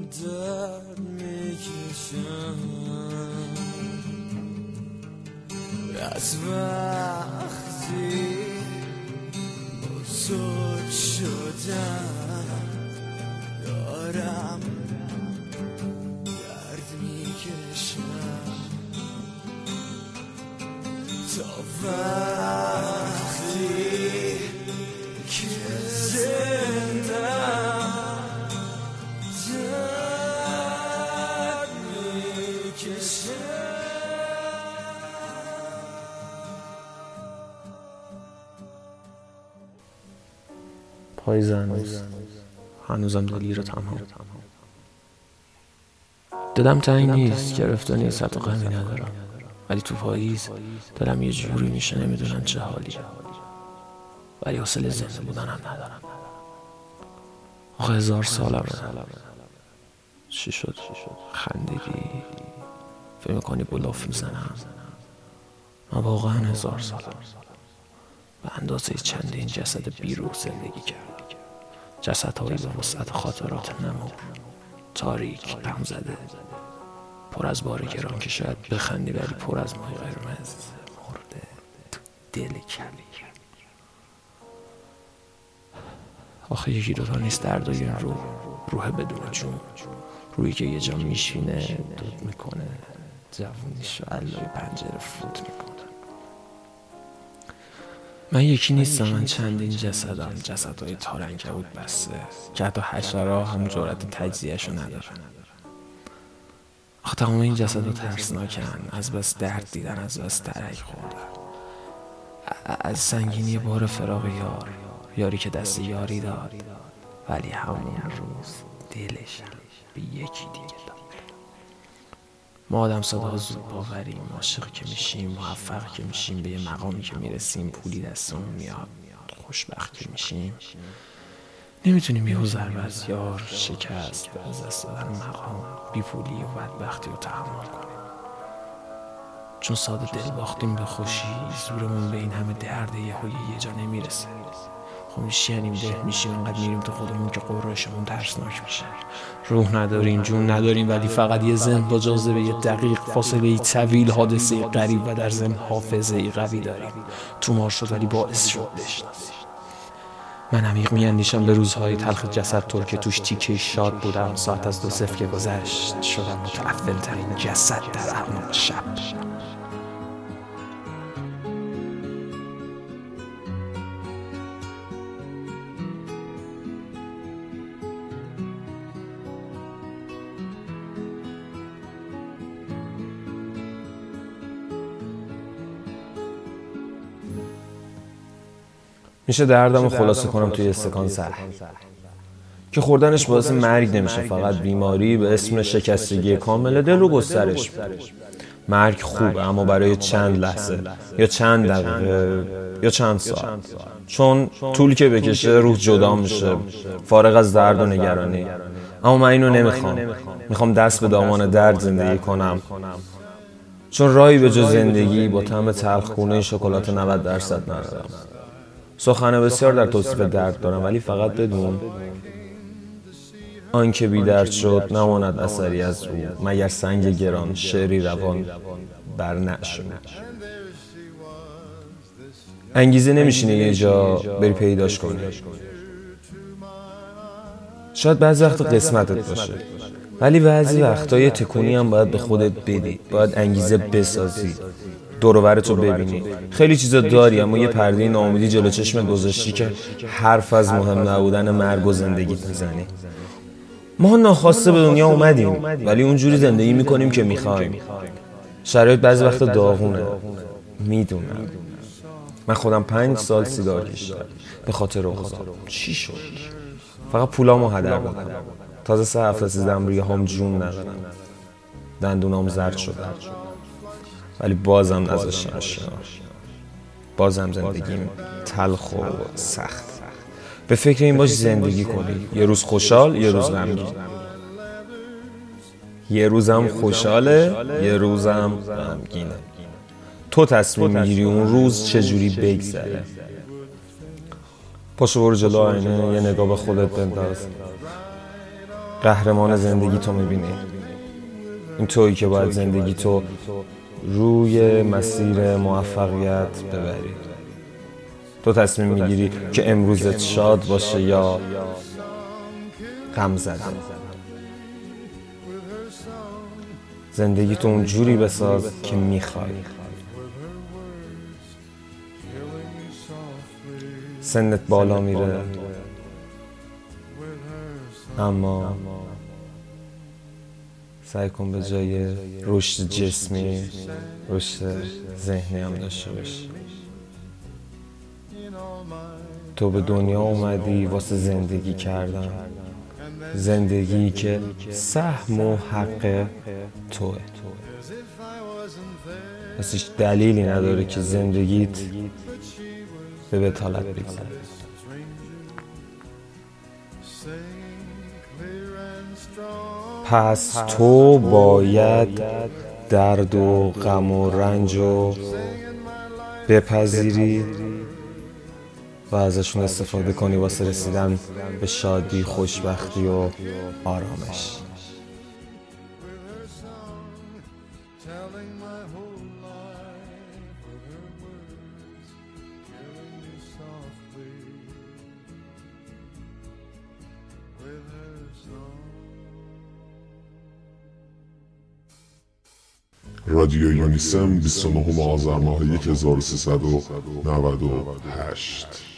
درد میکشم از وقتی بزرگ شدم دارم درد میکشم تا وقتی که زندم درد میکشم. پاییز هنوزم دلی رو تنها دلم تنگ نیست، گرفته نیست، حتی غمی ندارم، ولی تو پاییز دلم یه جوری میشه نمیدونم چه حالیه، ولی حوصله زنده بودنم ندارم. آخه 1000 سالمه. چی شد؟ خندیدی؟ فکر میکنی بلاف میزنم؟ من واقعا 1000 سالم به اندازه چندین جسد بیروح زندگی کرد، جسدهایی به وسعت خاطرات نمو، تاریک، غم زده، پر از بار گران که شاید بخندی ولی پر از مای قرمز مرده تو دل کلی. آخه یکی دوتا نیست دردای این روح بدون جون، روحی که یه جا میشینه دود میکنه، جوونیشو علای پنجره فوت میکنه. من یکی نیستم، من چندین جسدم، جسدهای تارنکبوت بسته که حتی حشرها هم جرأت تجزیه‌شو ندارن. آخه تمام این جسدها ترسناکن، از بس درد دیدن، از بس ترک خوردن، از سنگینی بار فراق یاری که دست یاری داد ولی همون روز دلش به یکی دیگه داد. ما آدم صدا زود باوریم، عاشق که میشیم، موفق که میشیم، به یه مقامی که میرسیم، پولی دستمون میاد، خوشبخت که میشیم، نمیتونیم یهو ضربه از یار، شکست، از دست دادن مقام، بیپولی و بدبختی رو تحمل کنیم. چون ساده دل باختیم به خوشی، زورمون به این همه درد یهو یه جا نمیرسه. خب میشینیم ده میشیم انقدر میریم تو خودمون که قراشمون ترسناک میشه. روح نداریم، جون نداریم، ولی فقط یه ذهن با جاذبه یه دقیق، فاصله طویل، حادثه غریب و در ضمن حافظه قوی داریم. تومار شد ولی باعث شد بشناسیم. من عمیق میاندیشم به روزهای تلخ جسد طور که توش تیکه شاد بودم. ساعت از 2 که گذشت شدم متعفن ترین جسد در اعماق شب. میشه دردم رو خلاصه کنم توی استکان زهر که خوردنش باعث مرگ نمیشه، فقط بیماری به اسم شکستگی کامل دل و گسترش. مرگ خوبه اما برای چند لحظه یا چند دقیقه یا چند ساعت، چون طول که بکشه روح جدا میشه، فارغ از درد و نگرانی. اما من اینو نمیخوام. میخوام دست به دامان درد زندگی کنم، چون راهی به جز زندگی با طعم تلخ‌گونه شکلات 90% ندارم. سخن بسیار در توصیف درد دارم، ولی فقط بدون آنکه بی درد شد نماند اثری از او مگر سنگ گران، شعری روان بر نعش. انگیزه نمیشینه یه جا بری پیداش کنی. شاید بعضی وقت قسمتت باشه، ولی بعضی وقتا یه تکونی هم باید به خودت بدی. باید انگیزه بسازی، دور و برتو ببینی. خیلی چیزا داری اما یه پرده ناامیدی جلو چشمت گذاشتی که حرف از مهم نبودن مرگ و زندگیت میزنی. ما ناخواسته به دنیا اومدیم ولی اونجوری زندگی میکنیم که میخوایم. شرایط بعضی وقت داغونه، میدونم. من خودم 5 سال سیگار کشیدم به خاطر اوضاع. چی شد؟ فقط پولامو هدر دادم. تازه 3 هفته سیزدم روی هم جون ندارم، دندونام زرد شدن، ولی بازم نذاشتم اشنا. بازم زندگیم تلخ و سخت. به فکر این باش زندگی کنی، یه روز خوشحال، یه روز غمگین، یه روزم خوشحاله، یه روزم غمگینه. تو تصمیم میگیری اون روز چجوری بگذره. پاشو برو جلو آینه، یه نگاه به خودت بنداز. قهرمان زندگی تو میبینی. این تویی که باید زندگی تو روی مسیر موفقیت ببری. تو تصمیم میگیری که امروزت شاد باشه یا غم زده. زندگی تو اون جوری بساز که میخوای. سنت بالا میره اما سعی کن به جای رشد جسمی رشد ذهنی هم داشته باشی. تو به دنیا اومدی واسه زندگی کردن، زندگی که سهم و حق توه. پس هیچ دلیلی نداره که زندگیت به بطالت بگذره. پس تو باید درد و غم و رنج رو بپذیری و ازشون استفاده کنی واسه رسیدن به شادی، خوشبختی و آرامش. رادیو یونیسم 29 آذر ماه 1398